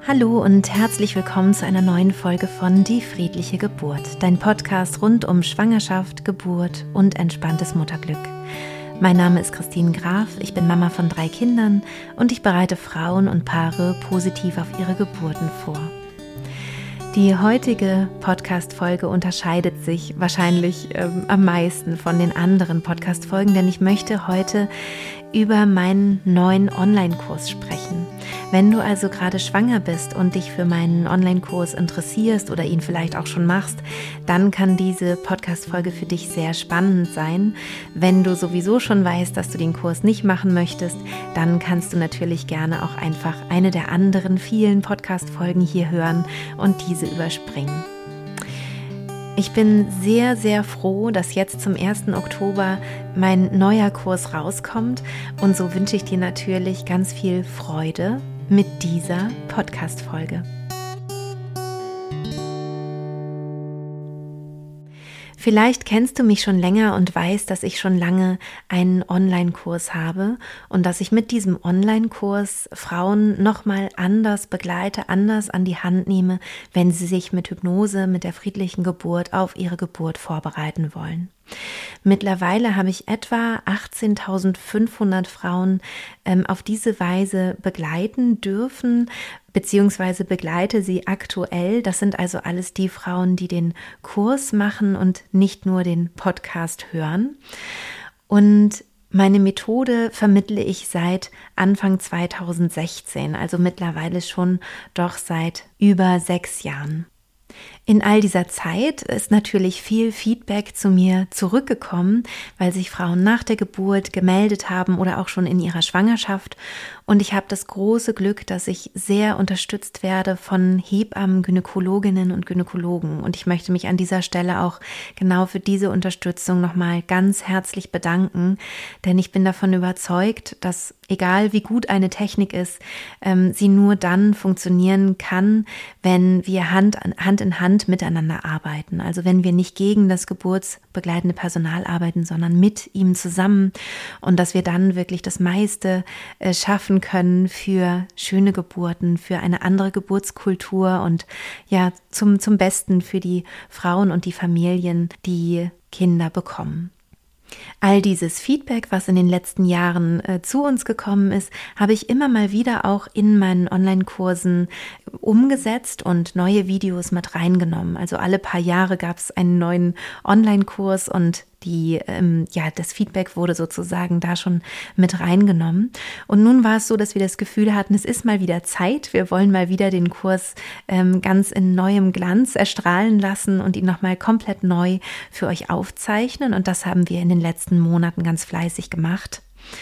Hallo und herzlich willkommen zu einer neuen Folge von Die friedliche Geburt, dein Podcast rund um Schwangerschaft, Geburt und entspanntes Mutterglück. Mein Name ist Christine Graf, ich bin Mama von 3 Kindern und ich bereite Frauen und Paare positiv auf ihre Geburten vor. Die heutige Podcast-Folge unterscheidet sich wahrscheinlich am meisten von den anderen Podcast-Folgen, denn ich möchte heute über meinen neuen Online-Kurs sprechen. Wenn du also gerade schwanger bist und dich für meinen Online-Kurs interessierst oder ihn vielleicht auch schon machst, dann kann diese Podcast-Folge für dich sehr spannend sein. Wenn du sowieso schon weißt, dass du den Kurs nicht machen möchtest, dann kannst du natürlich gerne auch einfach eine der anderen vielen Podcast-Folgen hier hören und diese überspringen. Ich bin sehr, sehr froh, dass jetzt zum 1. Oktober mein neuer Kurs rauskommt und so wünsche ich dir natürlich ganz viel Freude mit dieser Podcast-Folge. Vielleicht kennst du mich schon länger und weißt, dass ich schon lange einen Online-Kurs habe und dass ich mit diesem Online-Kurs Frauen nochmal anders begleite, anders an die Hand nehme, wenn sie sich mit Hypnose, mit der friedlichen Geburt auf ihre Geburt vorbereiten wollen. Mittlerweile habe ich etwa 18.500 Frauen auf diese Weise begleiten dürfen, beziehungsweise begleite sie aktuell. Das sind also alles die Frauen, die den Kurs machen und nicht nur den Podcast hören. Und meine Methode vermittle ich seit Anfang 2016, also mittlerweile schon doch seit über 6 Jahren. In all dieser Zeit ist natürlich viel Feedback zu mir zurückgekommen, weil sich Frauen nach der Geburt gemeldet haben oder auch schon in ihrer Schwangerschaft. Und ich habe das große Glück, dass ich sehr unterstützt werde von Hebammen, Gynäkologinnen und Gynäkologen. Und ich möchte mich an dieser Stelle auch genau für diese Unterstützung nochmal ganz herzlich bedanken, denn ich bin davon überzeugt, dass egal wie gut eine Technik ist, sie nur dann funktionieren kann, wenn wir Hand in Hand miteinander arbeiten. Also wenn wir nicht gegen das geburtsbegleitende Personal arbeiten, sondern mit ihm zusammen und dass wir dann wirklich das meiste schaffen können für schöne Geburten, für eine andere Geburtskultur und ja zum Besten für die Frauen und die Familien, die Kinder bekommen. All dieses Feedback, was in den letzten Jahren zu uns gekommen ist, habe ich immer mal wieder auch in meinen Online-Kursen umgesetzt und neue Videos mit reingenommen. Also alle paar Jahre gab es einen neuen Online-Kurs und das Feedback wurde sozusagen da schon mit reingenommen. Und nun war es so, dass wir das Gefühl hatten, es ist mal wieder Zeit. Wir wollen mal wieder den Kurs ganz in neuem Glanz erstrahlen lassen und ihn nochmal komplett neu für euch aufzeichnen. Und das haben wir in den letzten Monaten ganz fleißig gemacht.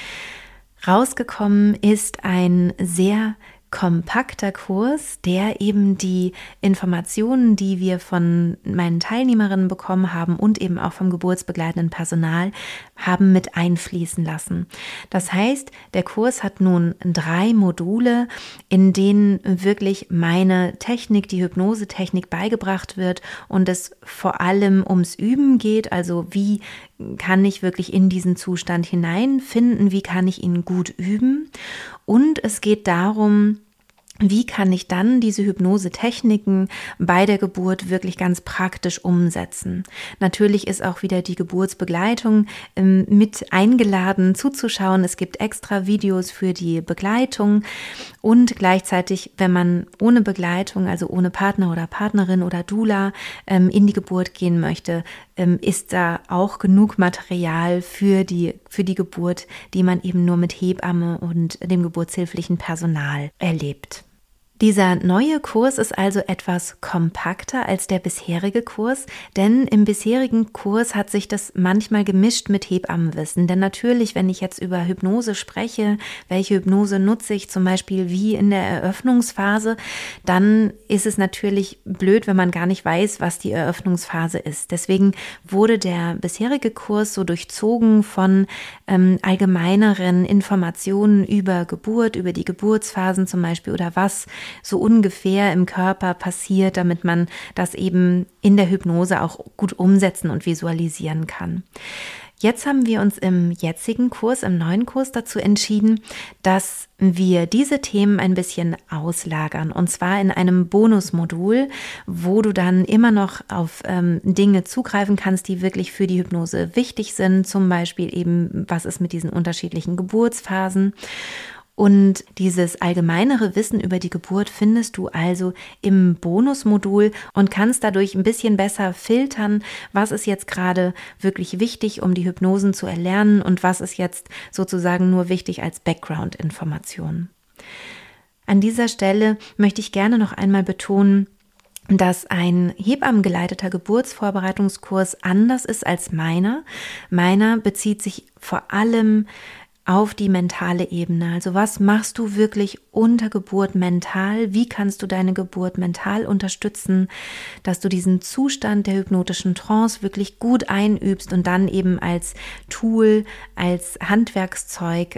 Rausgekommen ist ein sehr kompakter Kurs, der eben die Informationen, die wir von meinen Teilnehmerinnen bekommen haben und eben auch vom geburtsbegleitenden Personal, haben mit einfließen lassen. Das heißt, der Kurs hat nun 3 Module, in denen wirklich meine Technik, die Hypnosetechnik beigebracht wird und es vor allem ums Üben geht, also wie kann ich wirklich in diesen Zustand hineinfinden, wie kann ich ihn gut üben und es geht darum, wie kann ich dann diese Hypnosetechniken bei der Geburt wirklich ganz praktisch umsetzen? Natürlich ist auch wieder die Geburtsbegleitung mit eingeladen zuzuschauen. Es gibt extra Videos für die Begleitung und gleichzeitig, wenn man ohne Begleitung, also ohne Partner oder Partnerin oder Doula in die Geburt gehen möchte, ist da auch genug Material für die Geburt, die man eben nur mit Hebamme und dem geburtshilflichen Personal erlebt. Dieser neue Kurs ist also etwas kompakter als der bisherige Kurs, denn im bisherigen Kurs hat sich das manchmal gemischt mit Hebammenwissen. Denn natürlich, wenn ich jetzt über Hypnose spreche, welche Hypnose nutze ich zum Beispiel wie in der Eröffnungsphase, dann ist es natürlich blöd, wenn man gar nicht weiß, was die Eröffnungsphase ist. Deswegen wurde der bisherige Kurs so durchzogen von allgemeineren Informationen über Geburt, über die Geburtsphasen zum Beispiel oder was so ungefähr im Körper passiert, damit man das eben in der Hypnose auch gut umsetzen und visualisieren kann. Jetzt haben wir uns im jetzigen Kurs, im neuen Kurs dazu entschieden, dass wir diese Themen ein bisschen auslagern, und zwar in einem Bonusmodul, wo du dann immer noch auf Dinge zugreifen kannst, die wirklich für die Hypnose wichtig sind, zum Beispiel eben, was ist mit diesen unterschiedlichen Geburtsphasen. Und dieses allgemeinere Wissen über die Geburt findest du also im Bonusmodul und kannst dadurch ein bisschen besser filtern, was ist jetzt gerade wirklich wichtig, um die Hypnosen zu erlernen, und was ist jetzt sozusagen nur wichtig als Background-Information. An dieser Stelle möchte ich gerne noch einmal betonen, dass ein hebammengeleiteter Geburtsvorbereitungskurs anders ist als meiner. Meiner bezieht sich vor allem auf die mentale Ebene. Also was machst du wirklich unter Geburt mental? Wie kannst du deine Geburt mental unterstützen, dass du diesen Zustand der hypnotischen Trance wirklich gut einübst und dann eben als Tool, als Handwerkszeug,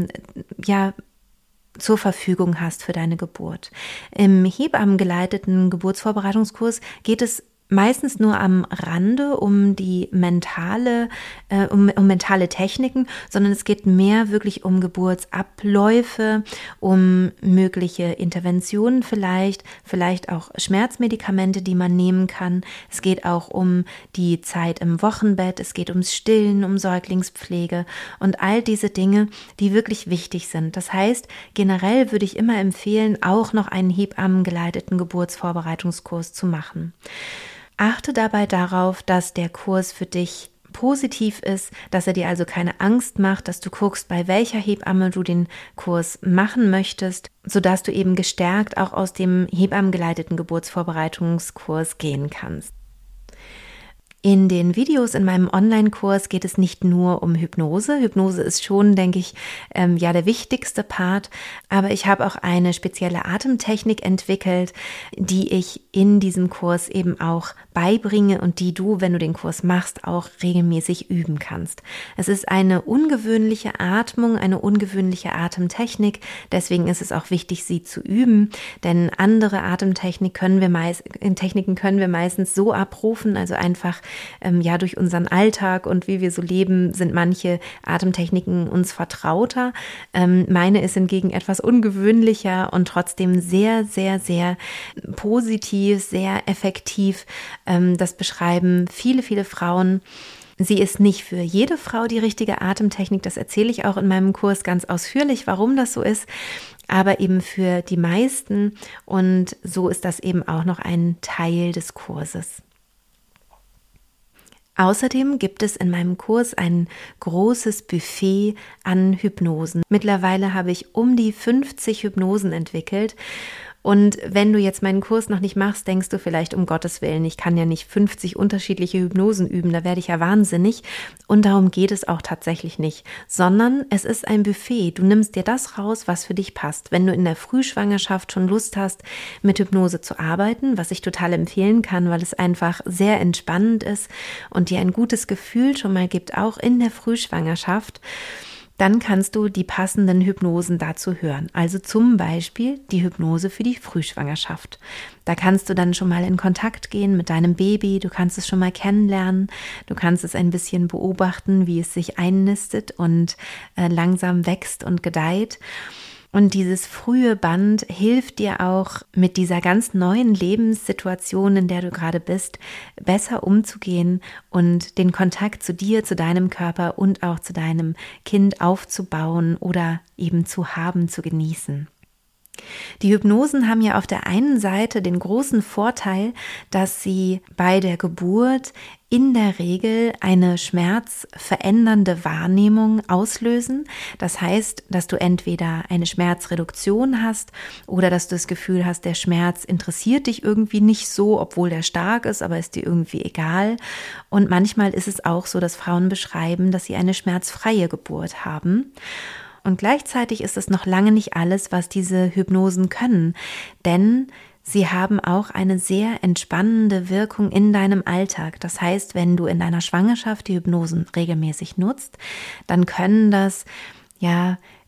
zur Verfügung hast für deine Geburt. Im hebammengeleiteten Geburtsvorbereitungskurs geht es meistens nur am Rande um die mentale Techniken, sondern es geht mehr wirklich um Geburtsabläufe, um mögliche Interventionen vielleicht auch Schmerzmedikamente, die man nehmen kann. Es geht auch um die Zeit im Wochenbett, es geht ums Stillen, um Säuglingspflege und all diese Dinge, die wirklich wichtig sind. Das heißt, generell würde ich immer empfehlen, auch noch einen hebammengeleiteten Geburtsvorbereitungskurs zu machen. Achte dabei darauf, dass der Kurs für dich positiv ist, dass er dir also keine Angst macht, dass du guckst, bei welcher Hebamme du den Kurs machen möchtest, sodass du eben gestärkt auch aus dem hebammengeleiteten Geburtsvorbereitungskurs gehen kannst. In den Videos in meinem Online-Kurs geht es nicht nur um Hypnose. Hypnose ist schon, denke ich, der wichtigste Part. Aber ich habe auch eine spezielle Atemtechnik entwickelt, die ich in diesem Kurs eben auch beibringe und die du, wenn du den Kurs machst, auch regelmäßig üben kannst. Es ist eine ungewöhnliche Atmung, eine ungewöhnliche Atemtechnik. Deswegen ist es auch wichtig, sie zu üben. Denn andere Atemtechniken können wir meistens so abrufen, also einfach durch unseren Alltag und wie wir so leben, sind manche Atemtechniken uns vertrauter. Meine ist hingegen etwas ungewöhnlicher und trotzdem sehr, sehr, sehr positiv, sehr effektiv. Das beschreiben viele, viele Frauen. Sie ist nicht für jede Frau die richtige Atemtechnik, das erzähle ich auch in meinem Kurs ganz ausführlich, warum das so ist, aber eben für die meisten, und so ist das eben auch noch ein Teil des Kurses. Außerdem gibt es in meinem Kurs ein großes Buffet an Hypnosen. Mittlerweile habe ich um die 50 Hypnosen entwickelt. Und wenn du jetzt meinen Kurs noch nicht machst, denkst du vielleicht, um Gottes Willen, ich kann ja nicht 50 unterschiedliche Hypnosen üben, da werde ich ja wahnsinnig. Und darum geht es auch tatsächlich nicht, sondern es ist ein Buffet. Du nimmst dir das raus, was für dich passt. Wenn du in der Frühschwangerschaft schon Lust hast, mit Hypnose zu arbeiten, was ich total empfehlen kann, weil es einfach sehr entspannend ist und dir ein gutes Gefühl schon mal gibt, auch in der Frühschwangerschaft, dann kannst du die passenden Hypnosen dazu hören. Also zum Beispiel die Hypnose für die Frühschwangerschaft. Da kannst du dann schon mal in Kontakt gehen mit deinem Baby, du kannst es schon mal kennenlernen, du kannst es ein bisschen beobachten, wie es sich einnistet und langsam wächst und gedeiht. Und dieses frühe Band hilft dir auch, mit dieser ganz neuen Lebenssituation, in der du gerade bist, besser umzugehen und den Kontakt zu dir, zu deinem Körper und auch zu deinem Kind aufzubauen oder eben zu haben, zu genießen. Die Hypnosen haben ja auf der einen Seite den großen Vorteil, dass sie bei der Geburt in der Regel eine schmerzverändernde Wahrnehmung auslösen. Das heißt, dass du entweder eine Schmerzreduktion hast oder dass du das Gefühl hast, der Schmerz interessiert dich irgendwie nicht so, obwohl der stark ist, aber ist dir irgendwie egal. Und manchmal ist es auch so, dass Frauen beschreiben, dass sie eine schmerzfreie Geburt haben. Und gleichzeitig ist es noch lange nicht alles, was diese Hypnosen können, denn sie haben auch eine sehr entspannende Wirkung in deinem Alltag. Das heißt, wenn du in deiner Schwangerschaft die Hypnosen regelmäßig nutzt, dann können das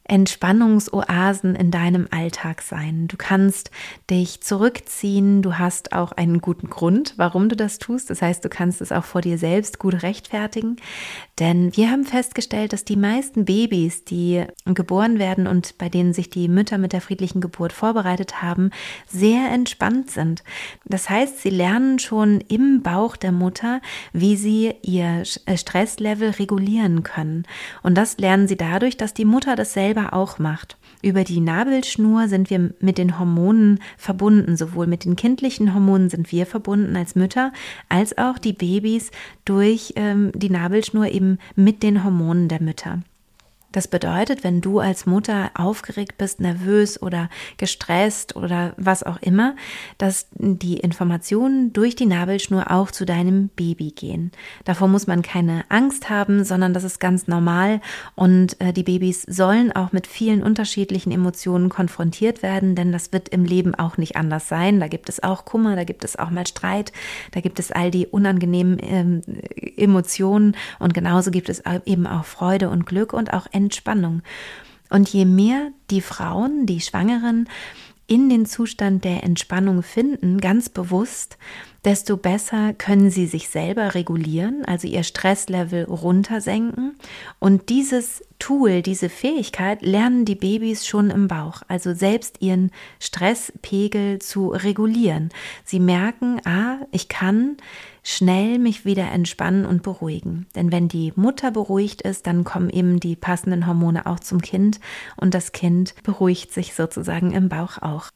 Entspannungsoasen in deinem Alltag sein. Du kannst dich zurückziehen, du hast auch einen guten Grund, warum du das tust. Das heißt, du kannst es auch vor dir selbst gut rechtfertigen. Denn wir haben festgestellt, dass die meisten Babys, die geboren werden und bei denen sich die Mütter mit der friedlichen Geburt vorbereitet haben, sehr entspannt sind. Das heißt, sie lernen schon im Bauch der Mutter, wie sie ihr Stresslevel regulieren können. Und das lernen sie dadurch, dass die Mutter das selber auch macht. Über die Nabelschnur sind wir mit den Hormonen verbunden. Sowohl mit den kindlichen Hormonen sind wir verbunden als Mütter, als auch die Babys durch die Nabelschnur eben mit den Hormonen der Mütter. Das bedeutet, wenn du als Mutter aufgeregt bist, nervös oder gestresst oder was auch immer, dass die Informationen durch die Nabelschnur auch zu deinem Baby gehen. Davor muss man keine Angst haben, sondern das ist ganz normal und die Babys sollen auch mit vielen unterschiedlichen Emotionen konfrontiert werden, denn das wird im Leben auch nicht anders sein. Da gibt es auch Kummer, da gibt es auch mal Streit, da gibt es all die unangenehmen Emotionen und genauso gibt es eben auch Freude und Glück und auch Entspannung. Und je mehr die Frauen, die Schwangeren in den Zustand der Entspannung finden, ganz bewusst, desto besser können sie sich selber regulieren, also ihr Stresslevel runtersenken. Und dieses Tool, diese Fähigkeit lernen die Babys schon im Bauch, also selbst ihren Stresspegel zu regulieren. Sie merken, ich kann schnell mich wieder entspannen und beruhigen. Denn wenn die Mutter beruhigt ist, dann kommen eben die passenden Hormone auch zum Kind und das Kind beruhigt sich sozusagen im Bauch auch.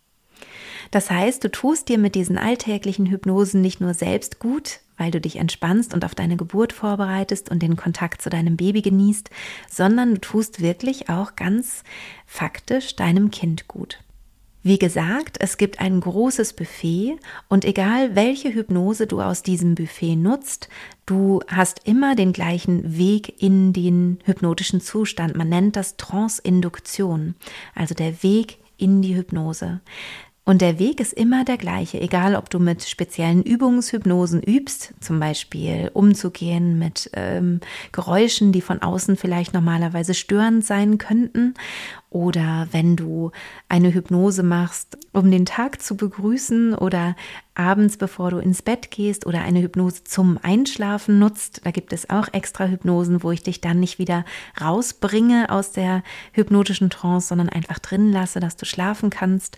Das heißt, du tust dir mit diesen alltäglichen Hypnosen nicht nur selbst gut, weil du dich entspannst und auf deine Geburt vorbereitest und den Kontakt zu deinem Baby genießt, sondern du tust wirklich auch ganz faktisch deinem Kind gut. Wie gesagt, es gibt ein großes Buffet und egal welche Hypnose du aus diesem Buffet nutzt, du hast immer den gleichen Weg in den hypnotischen Zustand. Man nennt das Trance-Induktion, also der Weg in die Hypnose. Und der Weg ist immer der gleiche, egal ob du mit speziellen Übungshypnosen übst, zum Beispiel umzugehen mit Geräuschen, die von außen vielleicht normalerweise störend sein könnten, oder wenn du eine Hypnose machst, um den Tag zu begrüßen oder abends, bevor du ins Bett gehst, oder eine Hypnose zum Einschlafen nutzt. Da gibt es auch extra Hypnosen, wo ich dich dann nicht wieder rausbringe aus der hypnotischen Trance, sondern einfach drin lasse, dass du schlafen kannst.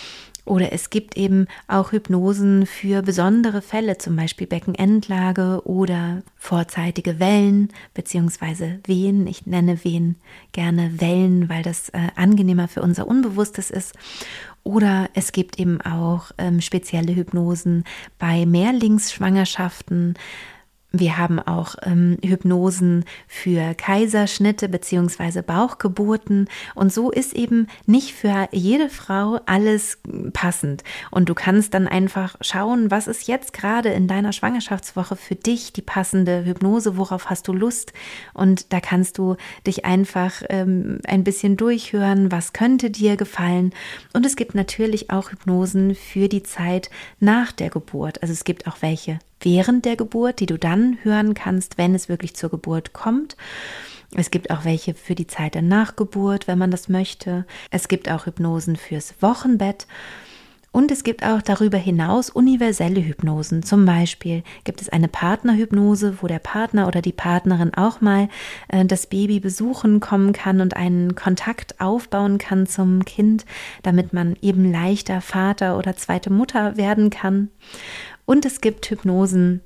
Oder es gibt eben auch Hypnosen für besondere Fälle, zum Beispiel Beckenendlage oder vorzeitige Wellen bzw. Wehen. Ich nenne Wehen gerne Wellen, weil das angenehmer für unser Unbewusstes ist. Oder es gibt eben auch spezielle Hypnosen bei Mehrlingsschwangerschaften. Wir haben auch Hypnosen für Kaiserschnitte bzw. Bauchgeburten und so ist eben nicht für jede Frau alles passend und du kannst dann einfach schauen, was ist jetzt gerade in deiner Schwangerschaftswoche für dich die passende Hypnose, worauf hast du Lust, und da kannst du dich einfach ein bisschen durchhören, was könnte dir gefallen, und es gibt natürlich auch Hypnosen für die Zeit nach der Geburt, also es gibt auch welche während der Geburt, die du dann hören kannst, wenn es wirklich zur Geburt kommt. Es gibt auch welche für die Zeit der Nachgeburt, wenn man das möchte. Es gibt auch Hypnosen fürs Wochenbett. Und es gibt auch darüber hinaus universelle Hypnosen. Zum Beispiel gibt es eine Partnerhypnose, wo der Partner oder die Partnerin auch mal das Baby besuchen kommen kann und einen Kontakt aufbauen kann zum Kind, damit man eben leichter Vater oder zweite Mutter werden kann. Und es gibt Hypnosen,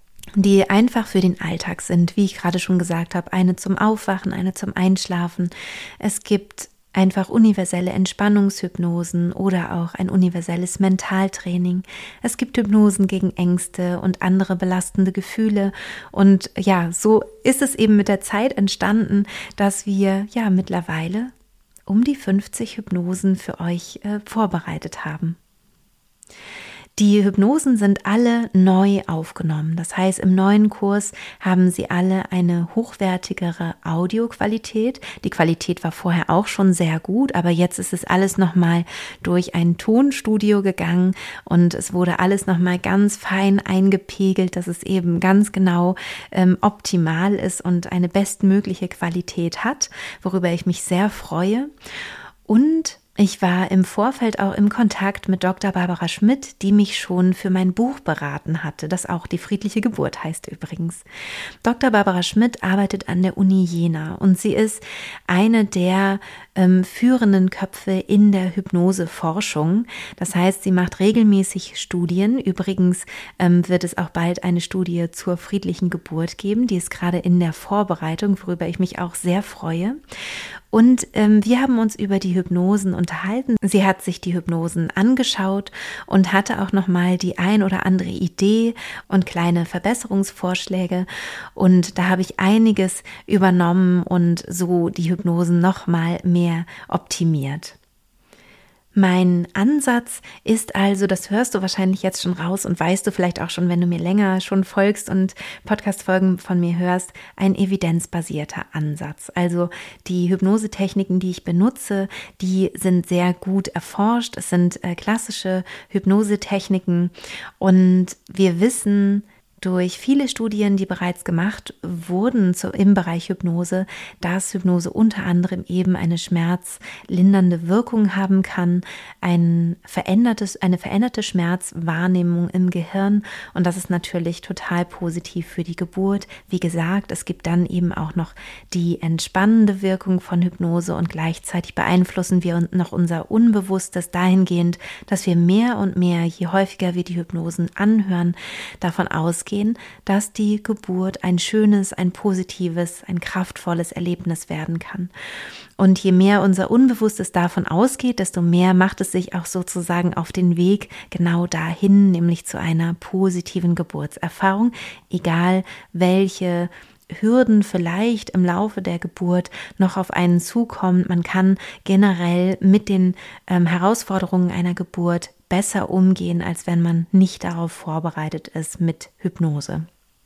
die einfach für den Alltag sind, wie ich gerade schon gesagt habe, eine zum Aufwachen, eine zum Einschlafen. Es gibt einfach universelle Entspannungshypnosen oder auch ein universelles Mentaltraining. Es gibt Hypnosen gegen Ängste und andere belastende Gefühle. Und ja, so ist es eben mit der Zeit entstanden, dass wir ja mittlerweile um die 50 Hypnosen für euch vorbereitet haben. Die Hypnosen sind alle neu aufgenommen. Das heißt, im neuen Kurs haben sie alle eine hochwertigere Audioqualität. Die Qualität war vorher auch schon sehr gut, aber jetzt ist es alles nochmal durch ein Tonstudio gegangen und es wurde alles nochmal ganz fein eingepegelt, dass es eben ganz genau optimal ist und eine bestmögliche Qualität hat, worüber ich mich sehr freue. Und ich war im Vorfeld auch im Kontakt mit Dr. Barbara Schmidt, die mich schon für mein Buch beraten hatte, das auch die friedliche Geburt heißt übrigens. Dr. Barbara Schmidt arbeitet an der Uni Jena und sie ist eine der führenden Köpfe in der Hypnoseforschung. Das heißt, sie macht regelmäßig Studien. Übrigens wird es auch bald eine Studie zur friedlichen Geburt geben. Die ist gerade in der Vorbereitung, worüber ich mich auch sehr freue. Und wir haben uns über die Hypnosen unterhalten. Sie hat sich die Hypnosen angeschaut und hatte auch nochmal die ein oder andere Idee und kleine Verbesserungsvorschläge. Und da habe ich einiges übernommen und so die Hypnosen nochmal mehr optimiert. Mein Ansatz ist also, das hörst du wahrscheinlich jetzt schon raus und weißt du vielleicht auch schon, wenn du mir länger schon folgst und Podcast-Folgen von mir hörst, ein evidenzbasierter Ansatz. Also die Hypnosetechniken, die ich benutze, die sind sehr gut erforscht. Es sind klassische Hypnosetechniken und wir wissen durch viele Studien, die bereits gemacht wurden im Bereich Hypnose, dass Hypnose unter anderem eben eine schmerzlindernde Wirkung haben kann, eine veränderte Schmerzwahrnehmung im Gehirn und das ist natürlich total positiv für die Geburt. Wie gesagt, es gibt dann eben auch noch die entspannende Wirkung von Hypnose und gleichzeitig beeinflussen wir noch unser Unbewusstes dahingehend, dass wir mehr und mehr, je häufiger wir die Hypnosen anhören, davon ausgehen, dass die Geburt ein schönes, ein positives, ein kraftvolles Erlebnis werden kann. Und je mehr unser Unbewusstes davon ausgeht, desto mehr macht es sich auch sozusagen auf den Weg genau dahin, nämlich zu einer positiven Geburtserfahrung, egal welche Hürden vielleicht im Laufe der Geburt noch auf einen zukommen. Man kann generell mit den Herausforderungen einer Geburt besser umgehen, als wenn man nicht darauf vorbereitet ist mit Hypnose.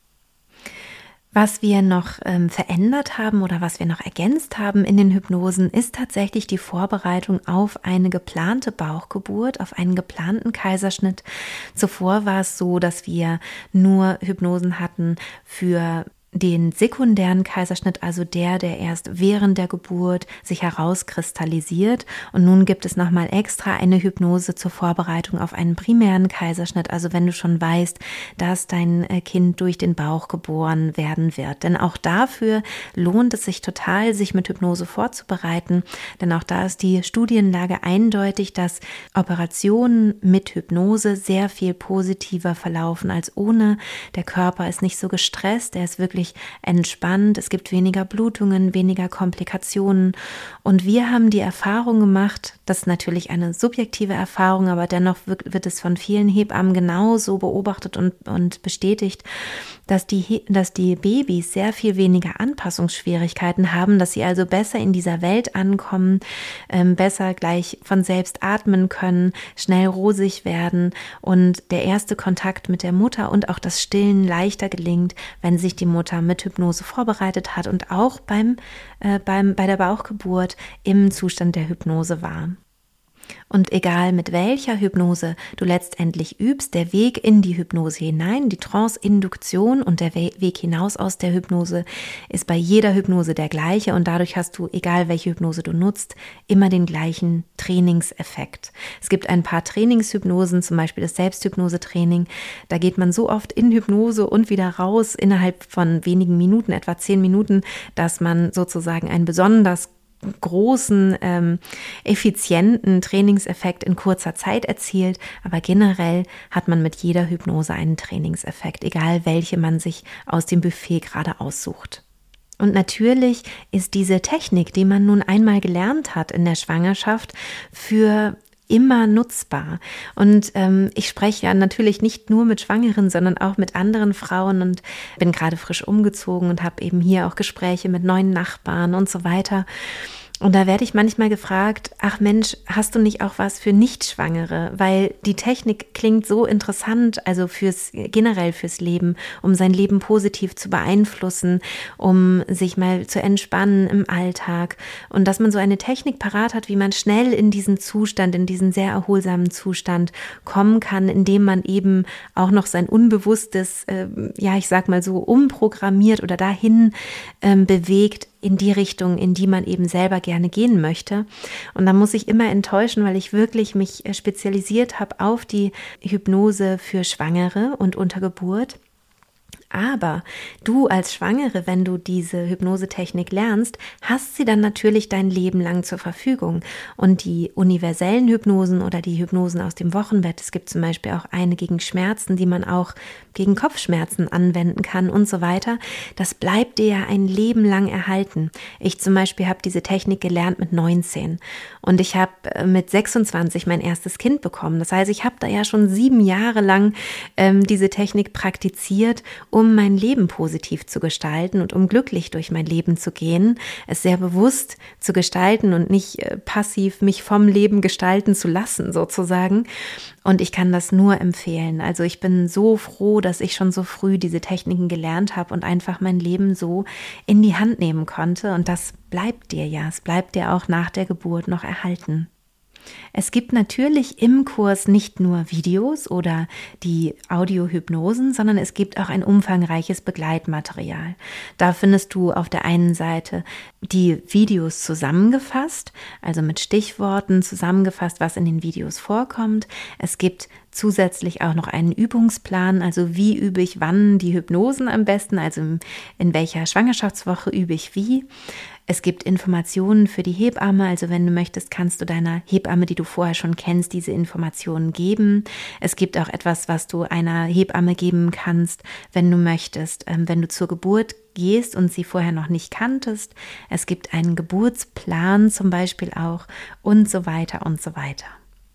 Was wir noch verändert haben oder was wir noch ergänzt haben in den Hypnosen, ist tatsächlich die Vorbereitung auf eine geplante Bauchgeburt, auf einen geplanten Kaiserschnitt. Zuvor war es so, dass wir nur Hypnosen hatten für den sekundären Kaiserschnitt, also der erst während der Geburt sich herauskristallisiert. Und nun gibt es nochmal extra eine Hypnose zur Vorbereitung auf einen primären Kaiserschnitt, also wenn du schon weißt, dass dein Kind durch den Bauch geboren werden wird. Denn auch dafür lohnt es sich total, sich mit Hypnose vorzubereiten, denn auch da ist die Studienlage eindeutig, dass Operationen mit Hypnose sehr viel positiver verlaufen als ohne. Der Körper ist nicht so gestresst, er ist wirklich entspannt, es gibt weniger Blutungen, weniger Komplikationen und wir haben die Erfahrung gemacht, das ist natürlich eine subjektive Erfahrung, aber dennoch wird es von vielen Hebammen genauso beobachtet und bestätigt, dass die Babys sehr viel weniger Anpassungsschwierigkeiten haben, dass sie also besser in dieser Welt ankommen, besser gleich von selbst atmen können, schnell rosig werden und der erste Kontakt mit der Mutter und auch das Stillen leichter gelingt, wenn sich die Mutter mit Hypnose vorbereitet hat und auch bei der Bauchgeburt im Zustand der Hypnose war. Und egal mit welcher Hypnose du letztendlich übst, der Weg in die Hypnose hinein, die Trance-Induktion und der Weg hinaus aus der Hypnose ist bei jeder Hypnose der gleiche und dadurch hast du, egal welche Hypnose du nutzt, immer den gleichen Trainingseffekt. Es gibt ein paar Trainingshypnosen, zum Beispiel das Selbsthypnose-Training, da geht man so oft in Hypnose und wieder raus innerhalb von wenigen Minuten, etwa 10 Minuten, dass man sozusagen einen besonders großen, effizienten Trainingseffekt in kurzer Zeit erzielt, aber generell hat man mit jeder Hypnose einen Trainingseffekt, egal welche man sich aus dem Buffet gerade aussucht. Und natürlich ist diese Technik, die man nun einmal gelernt hat in der Schwangerschaft, für immer nutzbar. Und ich spreche ja natürlich nicht nur mit Schwangeren, sondern auch mit anderen Frauen und bin gerade frisch umgezogen und habe eben hier auch Gespräche mit neuen Nachbarn und so weiter. Und da werde ich manchmal gefragt, ach Mensch, hast du nicht auch was für Nichtschwangere? Weil die Technik klingt so interessant, also generell fürs Leben, um sein Leben positiv zu beeinflussen, um sich mal zu entspannen im Alltag. Und dass man so eine Technik parat hat, wie man schnell in diesen Zustand, in diesen sehr erholsamen Zustand kommen kann, indem man eben auch noch sein Unbewusstes, ich sag mal so, umprogrammiert oder dahin bewegt, in die Richtung, in die man eben selber gerne gehen möchte. Und da muss ich immer enttäuschen, weil ich wirklich mich spezialisiert habe auf die Hypnose für Schwangere und unter Geburt. Aber du als Schwangere, wenn du diese Hypnosetechnik lernst, hast sie dann natürlich dein Leben lang zur Verfügung. Und die universellen Hypnosen oder die Hypnosen aus dem Wochenbett, es gibt zum Beispiel auch eine gegen Schmerzen, die man auch gegen Kopfschmerzen anwenden kann und so weiter, das bleibt dir ja ein Leben lang erhalten. Ich zum Beispiel habe diese Technik gelernt mit 19 und ich habe mit 26 mein erstes Kind bekommen. Das heißt, ich habe da ja schon 7 Jahre lang diese Technik praktiziert, um mein Leben positiv zu gestalten und um glücklich durch mein Leben zu gehen, es sehr bewusst zu gestalten und nicht passiv mich vom Leben gestalten zu lassen sozusagen. Und ich kann das nur empfehlen. Also ich bin so froh, dass ich schon so früh diese Techniken gelernt habe und einfach mein Leben so in die Hand nehmen konnte. Und das bleibt dir ja, es bleibt dir auch nach der Geburt noch erhalten. Es gibt natürlich im Kurs nicht nur Videos oder die Audiohypnosen, sondern es gibt auch ein umfangreiches Begleitmaterial. Da findest du auf der einen Seite die Videos zusammengefasst, also mit Stichworten zusammengefasst, was in den Videos vorkommt. Es gibt zusätzlich auch noch einen Übungsplan, also wie übe ich wann die Hypnosen am besten, also in welcher Schwangerschaftswoche übe ich wie. Es gibt Informationen für die Hebamme, also wenn du möchtest, kannst du deiner Hebamme, die du vorher schon kennst, diese Informationen geben. Es gibt auch etwas, was du einer Hebamme geben kannst, wenn du möchtest, wenn du zur Geburt gehst und sie vorher noch nicht kanntest. Es gibt einen Geburtsplan zum Beispiel auch und so weiter und so weiter.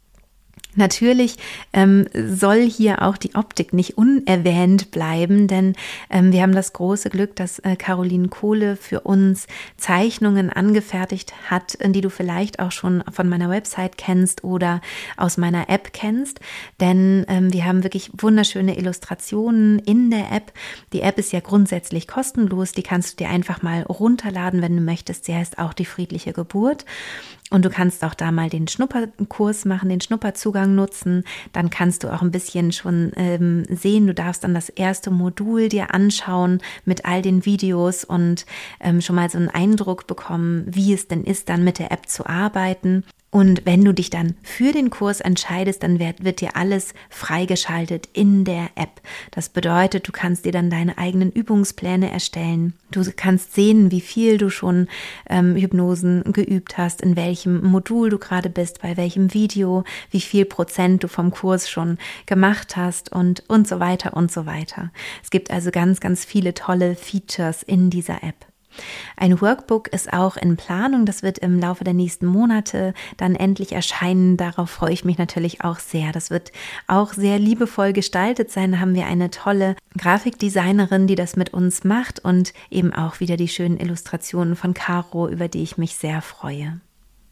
Natürlich soll hier auch die Optik nicht unerwähnt bleiben, denn wir haben das große Glück, dass Caroline Kohle für uns Zeichnungen angefertigt hat, die du vielleicht auch schon von meiner Website kennst oder aus meiner App kennst, denn wir haben wirklich wunderschöne Illustrationen in der App. Die App ist ja grundsätzlich kostenlos, die kannst du dir einfach mal runterladen, wenn du möchtest. Sie heißt auch die friedliche Geburt. Und du kannst auch da mal den Schnupperkurs machen, den Schnupperzugang nutzen. Dann kannst du auch ein bisschen schon sehen, du darfst dann das erste Modul dir anschauen mit all den Videos und schon mal so einen Eindruck bekommen, wie es denn ist, dann mit der App zu arbeiten. Und wenn du dich dann für den Kurs entscheidest, dann wird dir alles freigeschaltet in der App. Das bedeutet, du kannst dir dann deine eigenen Übungspläne erstellen. Du kannst sehen, wie viel du schon Hypnosen geübt hast, in welchem Modul du gerade bist, bei welchem Video, wie viel Prozent du vom Kurs schon gemacht hast und so weiter und so weiter. Es gibt also ganz, ganz viele tolle Features in dieser App. Ein Workbook ist auch in Planung, das wird im Laufe der nächsten Monate dann endlich erscheinen. Darauf freue ich mich natürlich auch sehr. Das wird auch sehr liebevoll gestaltet sein. Da haben wir eine tolle Grafikdesignerin, die das mit uns macht und eben auch wieder die schönen Illustrationen von Caro, über die ich mich sehr freue.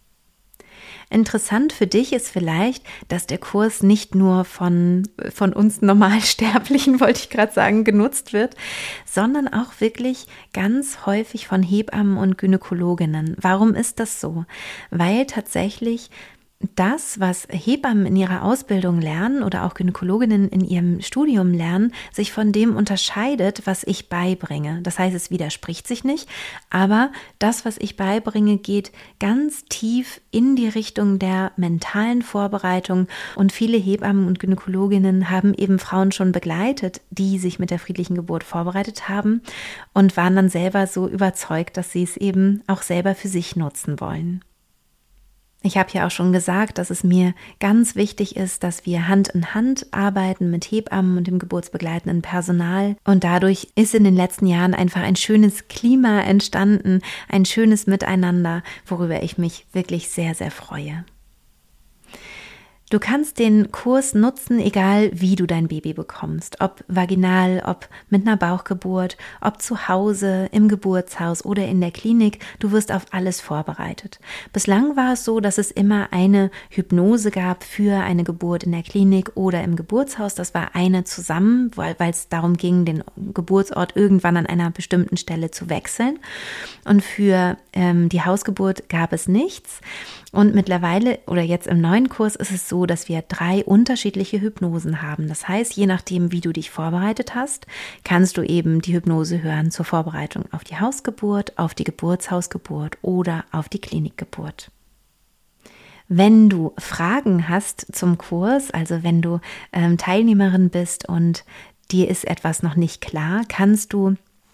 Interessant für dich ist vielleicht, dass der Kurs nicht nur von uns Normalsterblichen, wollte ich gerade sagen, genutzt wird, sondern auch wirklich ganz häufig von Hebammen und Gynäkologinnen. Warum ist das so? Weil tatsächlich das, was Hebammen in ihrer Ausbildung lernen oder auch Gynäkologinnen in ihrem Studium lernen, sich von dem unterscheidet, was ich beibringe. Das heißt, es widerspricht sich nicht, aber das, was ich beibringe, geht ganz tief in die Richtung der mentalen Vorbereitung und viele Hebammen und Gynäkologinnen haben eben Frauen schon begleitet, die sich mit der friedlichen Geburt vorbereitet haben und waren dann selber so überzeugt, dass sie es eben auch selber für sich nutzen wollen. Ich habe ja auch schon gesagt, dass es mir ganz wichtig ist, dass wir Hand in Hand arbeiten mit Hebammen und dem geburtsbegleitenden Personal. Und dadurch ist in den letzten Jahren einfach ein schönes Klima entstanden, ein schönes Miteinander, worüber ich mich wirklich sehr, sehr freue. Du kannst den Kurs nutzen, egal wie du dein Baby bekommst, ob vaginal, ob mit einer Bauchgeburt, ob zu Hause, im Geburtshaus oder in der Klinik. Du wirst auf alles vorbereitet. Bislang war es so, dass es immer eine Hypnose gab für eine Geburt in der Klinik oder im Geburtshaus. Das war eine zusammen, weil es darum ging, den Geburtsort irgendwann an einer bestimmten Stelle zu wechseln. Und für die Hausgeburt gab es nichts. Und mittlerweile oder jetzt im neuen Kurs ist es so, dass wir 3 unterschiedliche Hypnosen haben. Das heißt, je nachdem, wie du dich vorbereitet hast, kannst du eben die Hypnose hören zur Vorbereitung auf die Hausgeburt, auf die Geburtshausgeburt oder auf die Klinikgeburt. Wenn du Fragen hast zum Kurs, also wenn du Teilnehmerin bist und dir ist etwas noch nicht klar, kannst du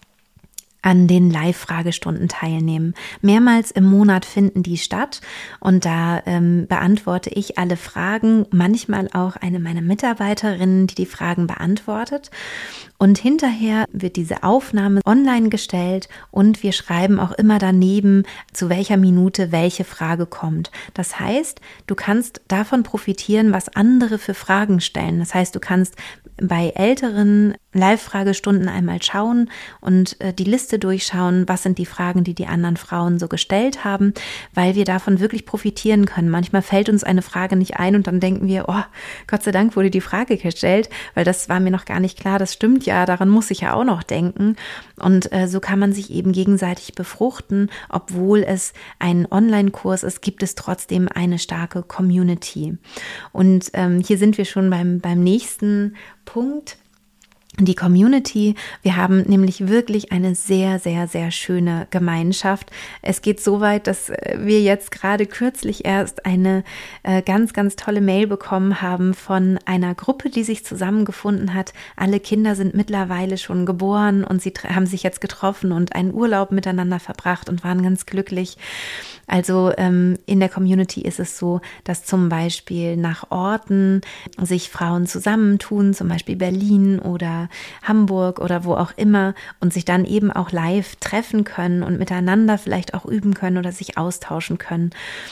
an den Live-Fragestunden teilnehmen. Mehrmals im Monat finden die statt und da beantworte ich alle Fragen, manchmal auch eine meiner Mitarbeiterinnen, die Fragen beantwortet. Und hinterher wird diese Aufnahme online gestellt und wir schreiben auch immer daneben, zu welcher Minute welche Frage kommt. Das heißt, du kannst davon profitieren, was andere für Fragen stellen. Das heißt, du kannst bei älteren Live-Fragestunden einmal schauen und die Liste durchschauen, was sind die Fragen, die anderen Frauen so gestellt haben, weil wir davon wirklich profitieren können. Manchmal fällt uns eine Frage nicht ein und dann denken wir, oh, Gott sei Dank wurde die Frage gestellt, weil das war mir noch gar nicht klar, das stimmt ja, daran muss ich ja auch noch denken. Und so kann man sich eben gegenseitig befruchten, obwohl es ein Online-Kurs ist, gibt es trotzdem eine starke Community. Und hier sind wir schon beim nächsten Punkt. Die Community, wir haben nämlich wirklich eine sehr, sehr, sehr schöne Gemeinschaft. Es geht so weit, dass wir jetzt gerade kürzlich erst eine ganz, ganz tolle Mail bekommen haben von einer Gruppe, die sich zusammengefunden hat. Alle Kinder sind mittlerweile schon geboren und sie haben sich jetzt getroffen und einen Urlaub miteinander verbracht und waren ganz glücklich. Also in der Community ist es so, dass zum Beispiel nach Orten sich Frauen zusammentun, zum Beispiel Berlin oder Hamburg oder wo auch immer und sich dann eben auch live treffen können und miteinander vielleicht auch üben können oder sich austauschen können.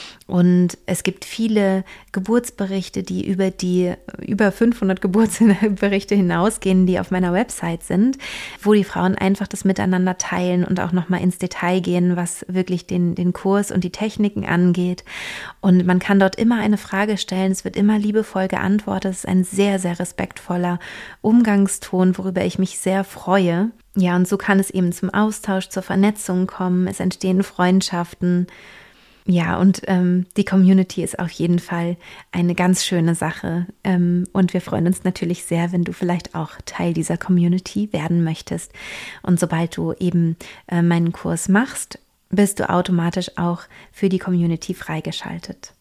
Und es gibt viele Geburtsberichte, die über 500 Geburtsberichte hinausgehen, die auf meiner Website sind, wo die Frauen einfach das miteinander teilen und auch nochmal ins Detail gehen, was wirklich den Kurs und die Techniken angeht. Und man kann dort immer eine Frage stellen, es wird immer liebevoll geantwortet, es ist ein sehr, sehr respektvoller Umgangston, worüber ich mich sehr freue. Ja, und so kann es eben zum Austausch, zur Vernetzung kommen, es entstehen Freundschaften. Ja, und die Community ist auf jeden Fall eine ganz schöne Sache und wir freuen uns natürlich sehr, wenn du vielleicht auch Teil dieser Community werden möchtest. Und sobald du eben meinen Kurs machst, bist du automatisch auch für die Community freigeschaltet.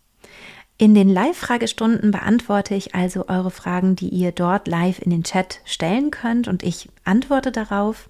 In den Live-Fragestunden beantworte ich also eure Fragen, die ihr dort live in den Chat stellen könnt und ich antworte darauf.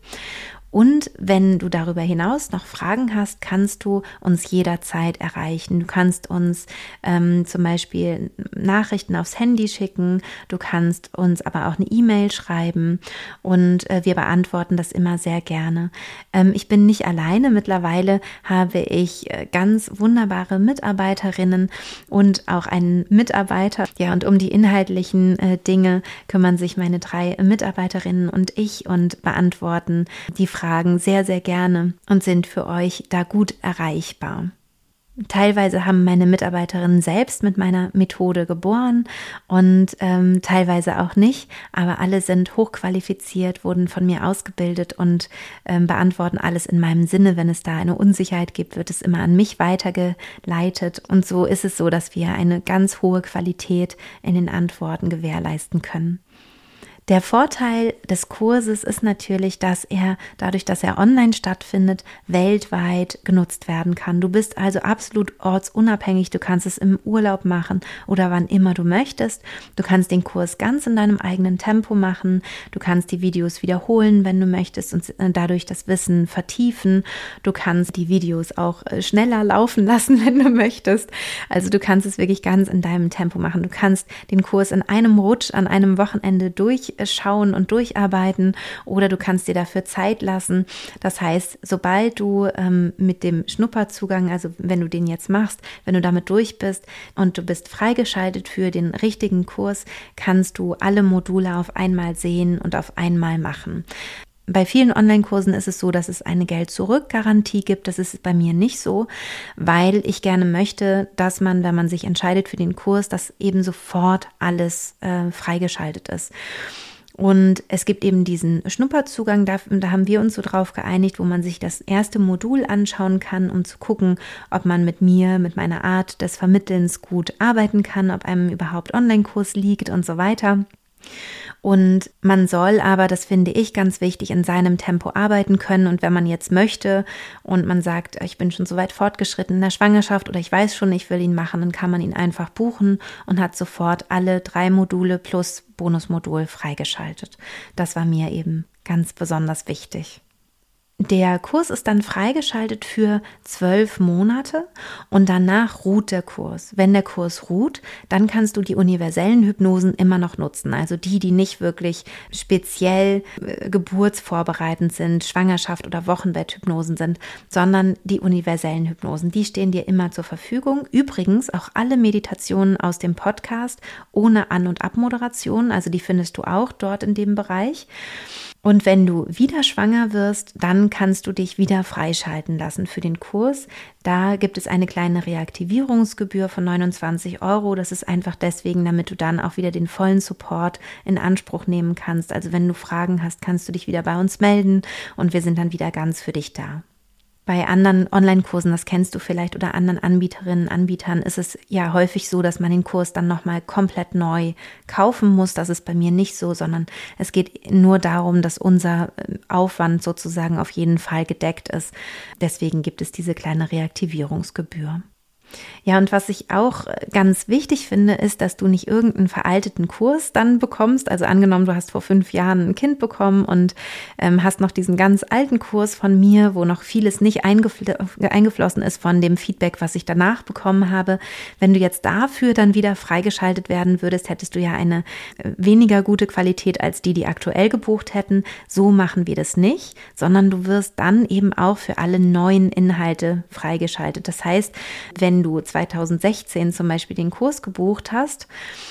Und wenn du darüber hinaus noch Fragen hast, kannst du uns jederzeit erreichen. Du kannst uns zum Beispiel Nachrichten aufs Handy schicken, du kannst uns aber auch eine E-Mail schreiben und wir beantworten das immer sehr gerne. Ich bin nicht alleine, mittlerweile habe ich ganz wunderbare Mitarbeiterinnen und auch einen Mitarbeiter. Ja, und um die inhaltlichen Dinge kümmern sich meine 3 Mitarbeiterinnen und ich und beantworten die Fragen sehr, sehr gerne und sind für euch da gut erreichbar. Teilweise haben meine Mitarbeiterinnen selbst mit meiner Methode geboren und teilweise auch nicht, aber alle sind hochqualifiziert, wurden von mir ausgebildet und beantworten alles in meinem Sinne. Wenn es da eine Unsicherheit gibt, wird es immer an mich weitergeleitet und so ist es so, dass wir eine ganz hohe Qualität in den Antworten gewährleisten können. Der Vorteil des Kurses ist natürlich, dass er, dadurch, dass er online stattfindet, weltweit genutzt werden kann. Du bist also absolut ortsunabhängig. Du kannst es im Urlaub machen oder wann immer du möchtest. Du kannst den Kurs ganz in deinem eigenen Tempo machen. Du kannst die Videos wiederholen, wenn du möchtest und dadurch das Wissen vertiefen. Du kannst die Videos auch schneller laufen lassen, wenn du möchtest. Also du kannst es wirklich ganz in deinem Tempo machen. Du kannst den Kurs in einem Rutsch an einem Wochenende durch durchschauen und durcharbeiten oder du kannst dir dafür Zeit lassen. Das heißt, sobald du mit dem Schnupperzugang, also wenn du den jetzt machst, wenn du damit durch bist und du bist freigeschaltet für den richtigen Kurs, kannst du alle Module auf einmal sehen und auf einmal machen. Bei vielen Online-Kursen ist es so, dass es eine Geld-Zurück-Garantie gibt. Das ist bei mir nicht so, weil ich gerne möchte, dass man, wenn man sich entscheidet für den Kurs, dass eben sofort alles freigeschaltet ist. Und es gibt eben diesen Schnupperzugang, da haben wir uns so drauf geeinigt, wo man sich das erste Modul anschauen kann, um zu gucken, ob man mit mir, mit meiner Art des Vermittelns gut arbeiten kann, ob einem überhaupt Online-Kurs liegt und so weiter. Und man soll aber, das finde ich ganz wichtig, in seinem Tempo arbeiten können. Und wenn man jetzt möchte und man sagt, ich bin schon so weit fortgeschritten in der Schwangerschaft oder ich weiß schon, ich will ihn machen, dann kann man ihn einfach buchen und hat sofort alle 3 Module plus Bonusmodul freigeschaltet. Das war mir eben ganz besonders wichtig. Der Kurs ist dann freigeschaltet für 12 Monate und danach ruht der Kurs. Wenn der Kurs ruht, dann kannst du die universellen Hypnosen immer noch nutzen. Also die nicht wirklich speziell geburtsvorbereitend sind, Schwangerschaft- oder Wochenbetthypnosen sind, sondern die universellen Hypnosen. Die stehen dir immer zur Verfügung. Übrigens auch alle Meditationen aus dem Podcast ohne An- und Abmoderation. Also die findest du auch dort in dem Bereich. Und wenn du wieder schwanger wirst, dann kannst du dich wieder freischalten lassen für den Kurs. Da gibt es eine kleine Reaktivierungsgebühr von 29 €. Das ist einfach deswegen, damit du dann auch wieder den vollen Support in Anspruch nehmen kannst. Also wenn du Fragen hast, kannst du dich wieder bei uns melden und wir sind dann wieder ganz für dich da. Bei anderen Online-Kursen, das kennst du vielleicht, oder anderen Anbieterinnen, Anbietern, ist es ja häufig so, dass man den Kurs dann nochmal komplett neu kaufen muss. Das ist bei mir nicht so, sondern es geht nur darum, dass unser Aufwand sozusagen auf jeden Fall gedeckt ist. Deswegen gibt es diese kleine Reaktivierungsgebühr. Ja, und was ich auch ganz wichtig finde, ist, dass du nicht irgendeinen veralteten Kurs dann bekommst. Also angenommen, du hast vor 5 Jahren ein Kind bekommen und hast noch diesen ganz alten Kurs von mir, wo noch vieles nicht eingeflossen ist von dem Feedback, was ich danach bekommen habe. Wenn du jetzt dafür dann wieder freigeschaltet werden würdest, hättest du ja eine weniger gute Qualität als die aktuell gebucht hätten. So machen wir das nicht, sondern du wirst dann eben auch für alle neuen Inhalte freigeschaltet. Das heißt, wenn du 2016 zum Beispiel den Kurs gebucht hast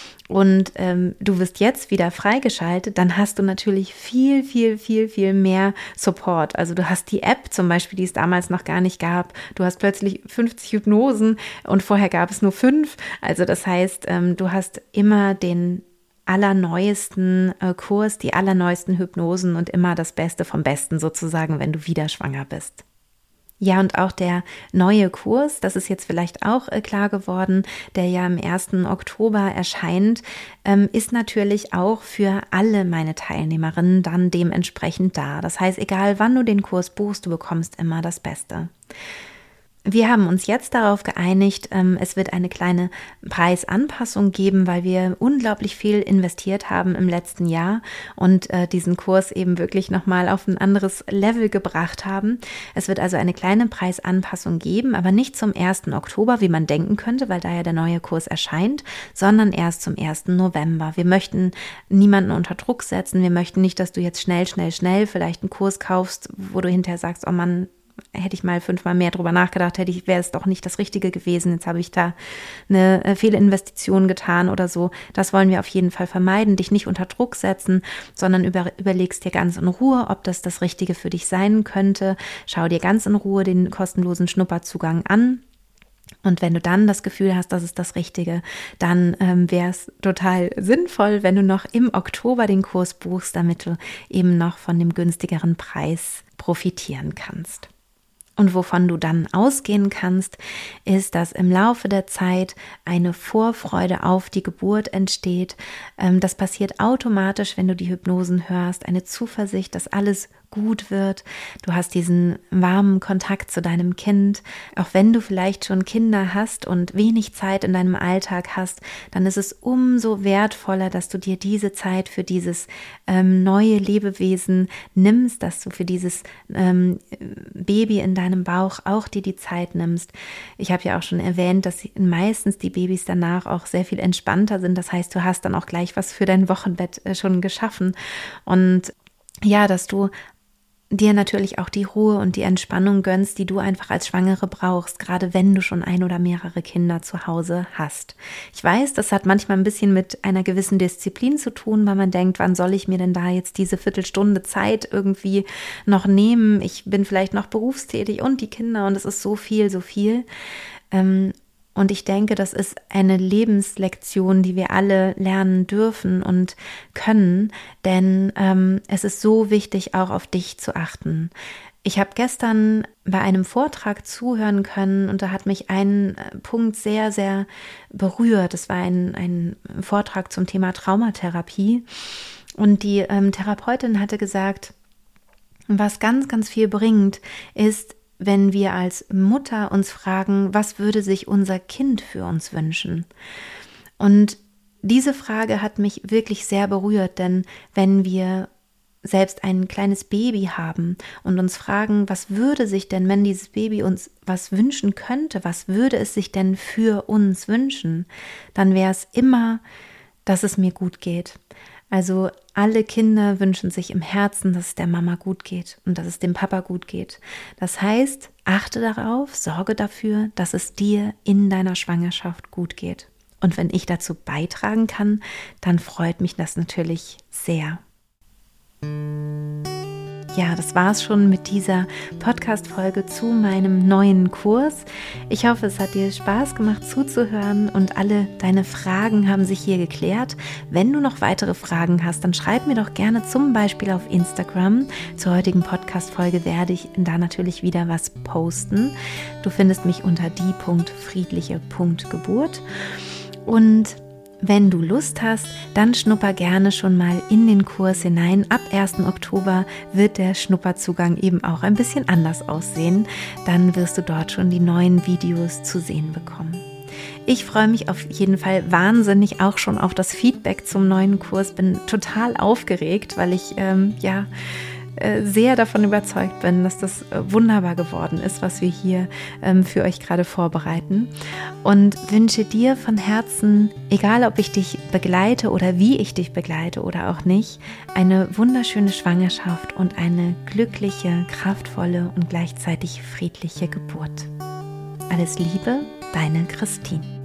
und du wirst jetzt wieder freigeschaltet, dann hast du natürlich viel mehr Support. Also du hast die App zum Beispiel, die es damals noch gar nicht gab. Du hast plötzlich 50 Hypnosen und vorher gab es nur 5. Also das heißt, du hast immer den allerneuesten Kurs, die allerneuesten Hypnosen und immer das Beste vom Besten sozusagen, wenn du wieder schwanger bist. Ja, und auch der neue Kurs, das ist jetzt vielleicht auch klar geworden, der ja am 1. Oktober erscheint, ist natürlich auch für alle meine Teilnehmerinnen dann dementsprechend da. Das heißt, egal wann du den Kurs buchst, du bekommst immer das Beste. Wir haben uns jetzt darauf geeinigt, es wird eine kleine Preisanpassung geben, weil wir unglaublich viel investiert haben im letzten Jahr und diesen Kurs eben wirklich nochmal auf ein anderes Level gebracht haben. Es wird also eine kleine Preisanpassung geben, aber nicht zum 1. Oktober, wie man denken könnte, weil da ja der neue Kurs erscheint, sondern erst zum 1. November. Wir möchten niemanden unter Druck setzen. Wir möchten nicht, dass du jetzt schnell vielleicht einen Kurs kaufst, wo du hinterher sagst, oh Mann, hätte ich mal 5-mal mehr drüber nachgedacht, wäre es doch nicht das Richtige gewesen. Jetzt habe ich da eine Fehlinvestition getan oder so. Das wollen wir auf jeden Fall vermeiden, dich nicht unter Druck setzen, sondern überlegst dir ganz in Ruhe, ob das Richtige für dich sein könnte. Schau dir ganz in Ruhe den kostenlosen Schnupperzugang an. Und wenn du dann das Gefühl hast, das ist das Richtige, dann wäre es total sinnvoll, wenn du noch im Oktober den Kurs buchst, damit du eben noch von dem günstigeren Preis profitieren kannst. Und wovon du dann ausgehen kannst, ist, dass im Laufe der Zeit eine Vorfreude auf die Geburt entsteht. Das passiert automatisch, wenn du die Hypnosen hörst, eine Zuversicht, dass alles gut wird. Du hast diesen warmen Kontakt zu deinem Kind. Auch wenn du vielleicht schon Kinder hast und wenig Zeit in deinem Alltag hast, dann ist es umso wertvoller, dass du dir diese Zeit für dieses neue Lebewesen nimmst, dass du für dieses Baby in deinem Bauch auch dir die Zeit nimmst. Ich habe ja auch schon erwähnt, dass meistens die Babys danach auch sehr viel entspannter sind. Das heißt, du hast dann auch gleich was für dein Wochenbett schon geschaffen. Und ja, dass du dir natürlich auch die Ruhe und die Entspannung gönnst, die du einfach als Schwangere brauchst, gerade wenn du schon ein oder mehrere Kinder zu Hause hast. Ich weiß, das hat manchmal ein bisschen mit einer gewissen Disziplin zu tun, weil man denkt, wann soll ich mir denn da jetzt diese Viertelstunde Zeit irgendwie noch nehmen? Ich bin vielleicht noch berufstätig und die Kinder und es ist so viel. Und ich denke, das ist eine Lebenslektion, die wir alle lernen dürfen und können, denn es ist so wichtig, auch auf dich zu achten. Ich habe gestern bei einem Vortrag zuhören können und da hat mich ein Punkt sehr, sehr berührt. Es war ein Vortrag zum Thema Traumatherapie und die Therapeutin hatte gesagt, was ganz, ganz viel bringt, ist, wenn wir als Mutter uns fragen, was würde sich unser Kind für uns wünschen? Und diese Frage hat mich wirklich sehr berührt, denn wenn wir selbst ein kleines Baby haben und uns fragen, was würde sich denn, wenn dieses Baby uns was wünschen könnte, was würde es sich denn für uns wünschen, dann wäre es immer, dass es mir gut geht. Also alle Kinder wünschen sich im Herzen, dass es der Mama gut geht und dass es dem Papa gut geht. Das heißt, achte darauf, sorge dafür, dass es dir in deiner Schwangerschaft gut geht. Und wenn ich dazu beitragen kann, dann freut mich das natürlich sehr. Ja, das war's schon mit dieser Podcast-Folge zu meinem neuen Kurs. Ich hoffe, es hat dir Spaß gemacht zuzuhören und alle deine Fragen haben sich hier geklärt. Wenn du noch weitere Fragen hast, dann schreib mir doch gerne zum Beispiel auf Instagram. Zur heutigen Podcast-Folge werde ich da natürlich wieder was posten. Du findest mich unter die.friedliche.geburt. Und wenn du Lust hast, dann schnupper gerne schon mal in den Kurs hinein. Ab 1. Oktober wird der Schnupperzugang eben auch ein bisschen anders aussehen. Dann wirst du dort schon die neuen Videos zu sehen bekommen. Ich freue mich auf jeden Fall wahnsinnig auch schon auf das Feedback zum neuen Kurs. Bin total aufgeregt, weil ich sehr davon überzeugt bin, dass das wunderbar geworden ist, was wir hier für euch gerade vorbereiten, und wünsche dir von Herzen, egal ob ich dich begleite oder wie ich dich begleite oder auch nicht, eine wunderschöne Schwangerschaft und eine glückliche, kraftvolle und gleichzeitig friedliche Geburt. Alles Liebe, deine Christine.